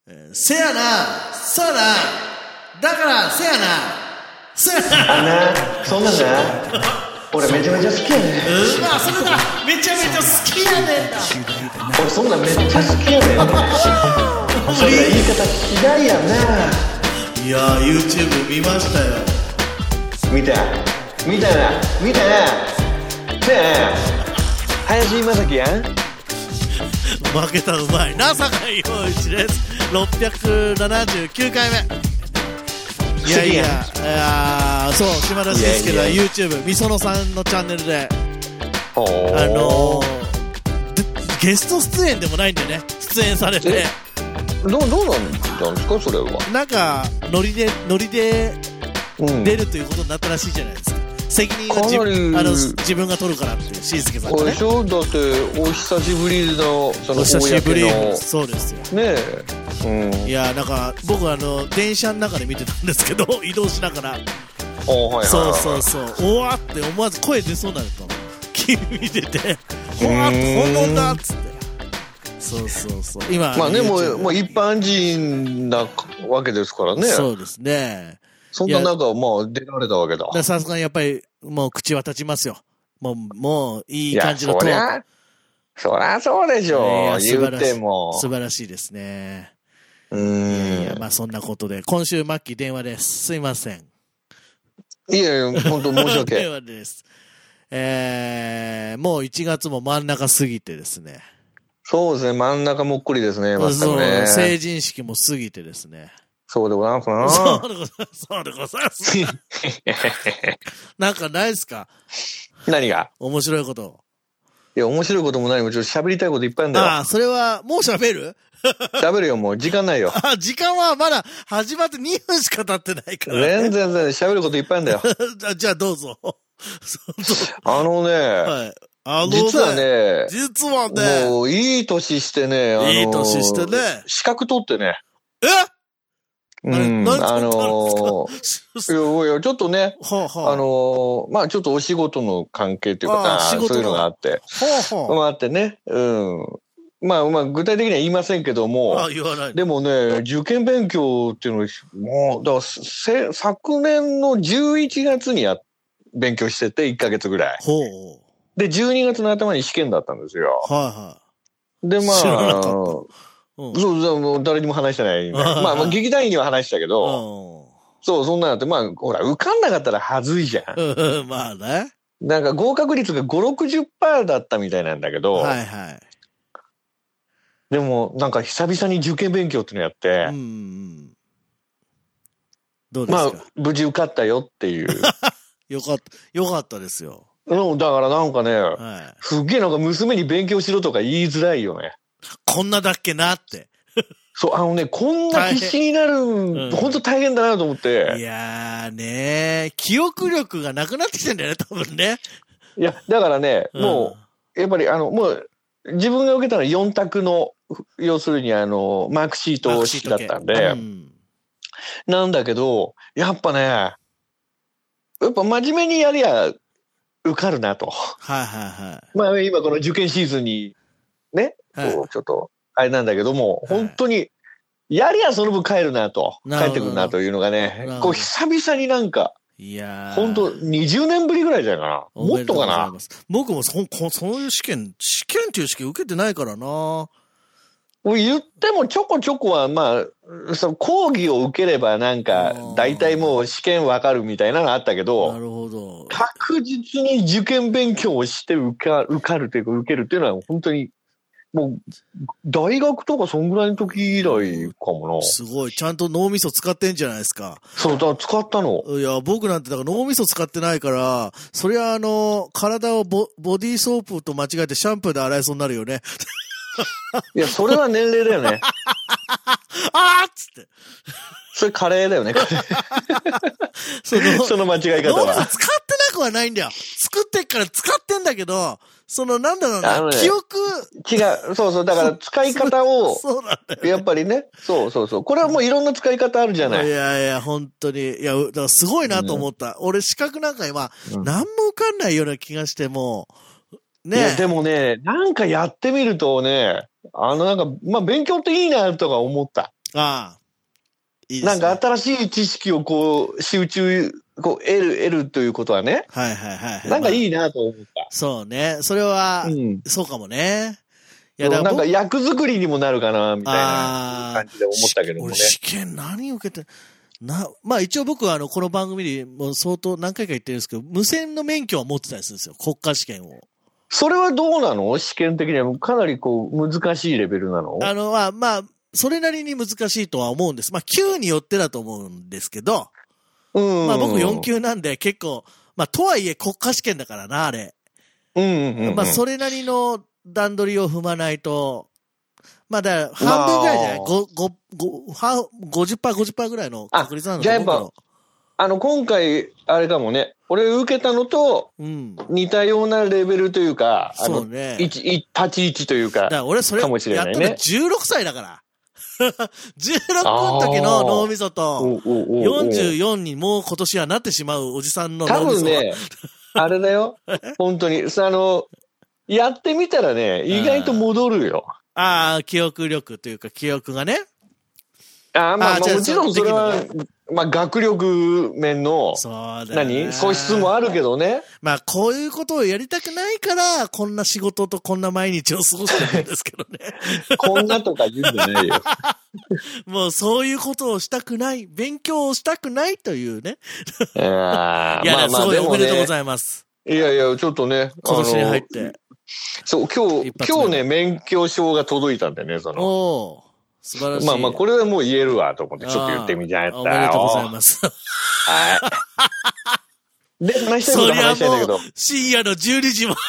せやな、そうやな、だからせやな、せやな。 あんな、そんなんな、俺めちゃめちゃ好きやねん。 まあそれだ、めちゃめちゃ好きやねんだ。 俺そんなんめっちゃ好きやねん。そんな言い方しないやんな。 いやー YouTube 見ましたよ。 見たな。せやな、林正樹やん。 負けたうまいな、坂井陽一です。679回目。いやいや、そう、島田紳介が YouTube みそのさんのチャンネルでゲスト出演でもないんだよね、出演されて。 どうなんですかそれは。 なんかノリで出るということになったらしいじゃないですか。責任は自分が取るからってしんすけさんがね。 そうだってお久しぶりのそのお久しぶりのそうですよねえ、 いやなんか僕電車の中で見てたんですけど移動しながら、 はい、 そうおわって思わず声出そうになると君見てておわって本物だっつって。そう今まあねもう一般人なわけですからね。 そうですね。 そんな中まあ出られたわけだ。 さすがにやっぱりもう口は立ちますよ。もういい感じのトーク。 そりゃそうでしょう。言うても素晴らしいですね。いやまあそんなことで今週末期電話です。すいません。 いや本当申し訳電話です。もう1月も真ん中過ぎてですね。 そうですね、真ん中もっくりですね。 そう成人式も過ぎてですね。 そうでございますな。 そうでございます。なんかないですか？ 何が？ 面白いこと。 いや面白いことも何もちょっと喋りたいこといっぱいあるんだよ。 ああ、それはもう喋る？ 喋るよ、もう時間ないよ。 時間はまだ始まって2分しか経ってないから、 ね。全然喋ることいっぱいあるんだよ。 じゃあどうぞ。 はい。実はね、もういい年してね、資格取ってね。いや、ちょっとね、まあちょっとお仕事の関係というか、そういうのがあって。あってね、まあ具体的には言いませんけども、でもね、受験勉強っていうのもう、だから昨年の11月に勉強してて、1ヶ月ぐらい。で、12月の頭に試験だったんですよ。で、まあ、そう、誰にも話してない。まあ、劇団員には話したけど、そう、そんなのって、まあ、ほら、受かんなかったらはずいじゃん。 まあね。 なんか合格率が5、60% だったみたいなんだけど、でも、なんか久々に受験勉強っていうのやって、 どうですか？ まあ、無事受かったよっていう。 よかったですよ。 だからなんかね、すっげえなんか娘に勉強しろとか言いづらいよね。 こんなだっけなって。 そう、こんな必死になる、ほんと大変だなと思って。 いやーねー、記憶力がなくなってきてんだよね、多分ね。 いや、だからね、もう、やっぱりもう、自分が受けたのは4択の、要するにマークシート式だったんで、なんだけど、やっぱね、やっぱ真面目にやりゃ、受かるなと。まあ今この受験シーズンに、ね、ちょっと、あれなんだけども、本当に、やりゃその分帰るなと、帰ってくるなというのがね、こう久々になんか、本当20年ぶりぐらいじゃないかな。もっとかな。 僕もそういう試験っていう試験受けてないからな。 言ってもちょこちょこは、まあ、その講義を受ければなんか、大体もう試験わかるみたいなのあったけど、 なるほど。 確実に受験勉強をして受かるというか受けるっていうのは本当に、もう、大学とかそんぐらいの時以来かもな。 すごい。ちゃんと脳みそ使ってんじゃないですか。 そう、だから使ったの。 いや、僕なんてだから脳みそ使ってないから、そりゃ体をボディーソープと間違えてシャンプーで洗いそうになるよね。 いや、それは年齢だよね。 あーっつって。 それカレーだよね、カレー。その間違い方は。 脳みそ使ってなくはないんだよ。作ってっから使ってんだけど、なんだろうな、記憶。 違う、そう、だから使い方を、 そうなんだよ、 やっぱりね、そう。これはもういろんな使い方あるじゃない。 いや、本当に。いや、だからすごいなと思った。俺、資格なんか今、何も受かんないような気がしても、ね。いや、 でもね、なんかやってみるとね、なんか、まあ、勉強っていいなとか思った。 ああ。いいですね。 なんか新しい知識をこう、集中、こう、得るということはね。 はいはいはい、はい。 なんかいいなと思った。 そうね。それは、そうかもね。 いや、なんか役作りにもなるかな、みたいな感じで思ったけどもね。 試験何受けて、まあ一応僕はこの番組でもう相当何回か言ってるんですけど、無線の免許は持ってたりするんですよ。国家試験を。 それはどうなの？試験的にはかなりこう、難しいレベルなの？ まあ、それなりに難しいとは思うんです。まあ級によってだと思うんですけど、まあ僕4級なんで結構、まあとはいえ国家試験だからな、あれ。まあそれなりの段取りを踏まないと、まあだから半分ぐらいじゃない？ 50% ぐらいの確率なんだと思うけど。 じゃあやっぱ、今回、あれかもね、俺受けたのと、似たようなレベルというか、 そうね。 立ち位置というか、 だから俺それ、 かもしれないね。 やったの16歳だから。16の時の脳みそと、44にもう今年はなってしまうおじさんの脳みそ。 多分ね、あれだよ。本当に。やってみたらね、意外と戻るよ。 記憶力というか、記憶がね。 まあもちろんそれは、まあ学力面の、素質もあるけどね。 まあこういうことをやりたくないから、こんな仕事とこんな毎日を過ごしてるんですけどね。 こんなとか言うんじゃないよ。 もうそういうことをしたくない、勉強をしたくないというね。いや、すごいおめでとうございます。 いやいや、ちょっとね。 今年に入って。 そう、今日ね、免許証が届いたんだよね、 おー。素晴らしい。 まあ、これはもう言えるわと思って、ちょっと言ってみたいな。 おめでとうございます。 はい。で、話したいこと話したいんだけど。 深夜の12時もあ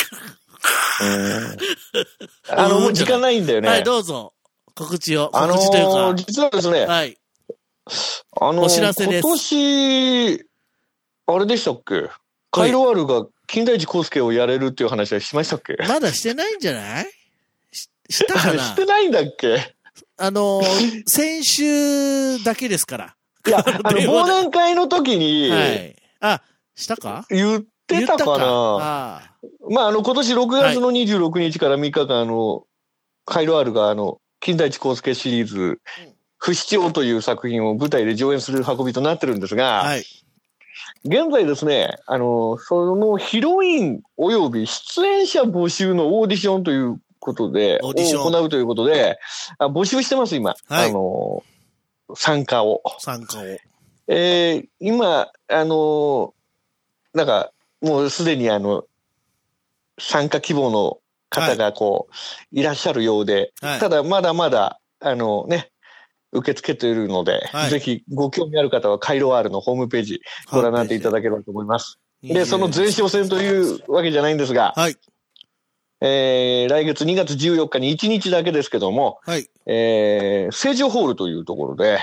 ってから。もう時間ないんだよね。 はい、どうぞ。告知を。告知というか。 実はですね。 はい。お知らせです。 今年、あれでしたっけ？カイロワールが金田一耕助をやれるっていう話はしましたっけ？ まだしてないんじゃない？したかな？ してないんだっけ？ 先週だけですから。 いや、忘年会の時に、 はい。したか？ 言ってたかな？まあ、今年6月の26日から3日間、カイロワールが金田一耕助シリーズ、不死鳥という作品を舞台で上演する運びとなってるんですが、 はい。 現在ですね、そのヒロイン及び出演者募集のオーディションということで、行うということで、募集してます、今。 はい、 参加を。今、なんか、もうすでに参加希望の方がいらっしゃるようで、ただまだまだ、受け付けているので、ぜひご興味ある方はカイロワールのホームページご覧になっていただければと思います。で、その前哨戦というわけじゃないんですが、来月2月14日に1日だけですけども、成城ホールというところで、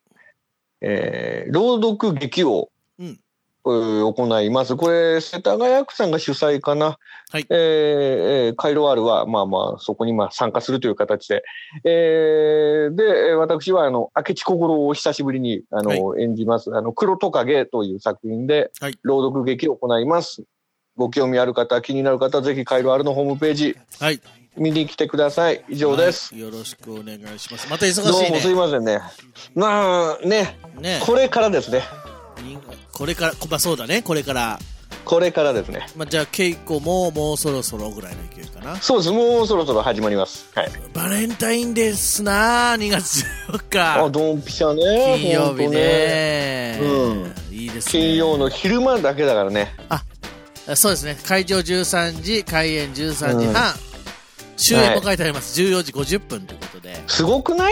朗読劇を、行います。これ、世田谷区さんが主催かな。カイロワールは、まあまあ、そこに参加するという形で。で、私は、明智小五郎を久しぶりに、演じます。黒トカゲという作品で、朗読劇を行います。ご興味ある方、気になる方、ぜひカイロワールのホームページ、見に来てください。以上です。 よろしくお願いします。また忙しいね。 どうもすいませんね。まあ、ね。これからですね。 これから、まあそうだね、これから。 これからですね。 まあじゃあ稽古ももうそろそろぐらいの勢いかな。 そうです、もうそろそろ始まります。はい。 バレンタインデーっすな、2月14日。 ドンピシャね。 金曜日ね。いいですね。 金曜の昼間だけだからね。 そうですね。会場13時、開演13時半。終演も書いてあります。14時50分ということで。 すごくない？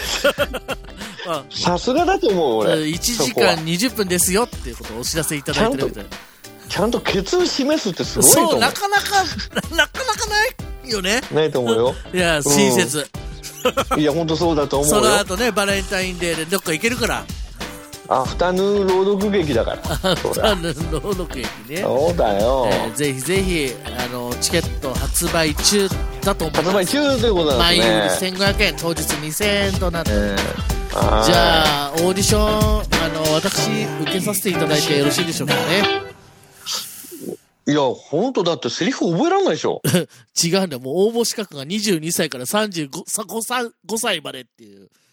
さすがだと思う、俺。 1時間20分ですよっていうことをお知らせいただいてるみたいな。 ちゃんとケツ示すってすごいと思う。 そう、なかなかないよね。 ないと思うよ。 いや、親切。 いや、ほんとそうだと思うよ。 その後ね、バレンタインデーでどっか行けるから。 アフタヌーン朗読劇だから。 アフタヌーン朗読劇ね。 そうだよ。 ぜひぜひ、チケット発売中だと思います。 発売中ということなんですね。 前売り1500円、当日2000円となってじゃあ、オーディション、私、受けさせていただいてよろしいでしょうかね。 いや、ほんとだってセリフ覚えらんないでしょ。 違うんだよ。もう応募資格が22歳から35歳までっていう。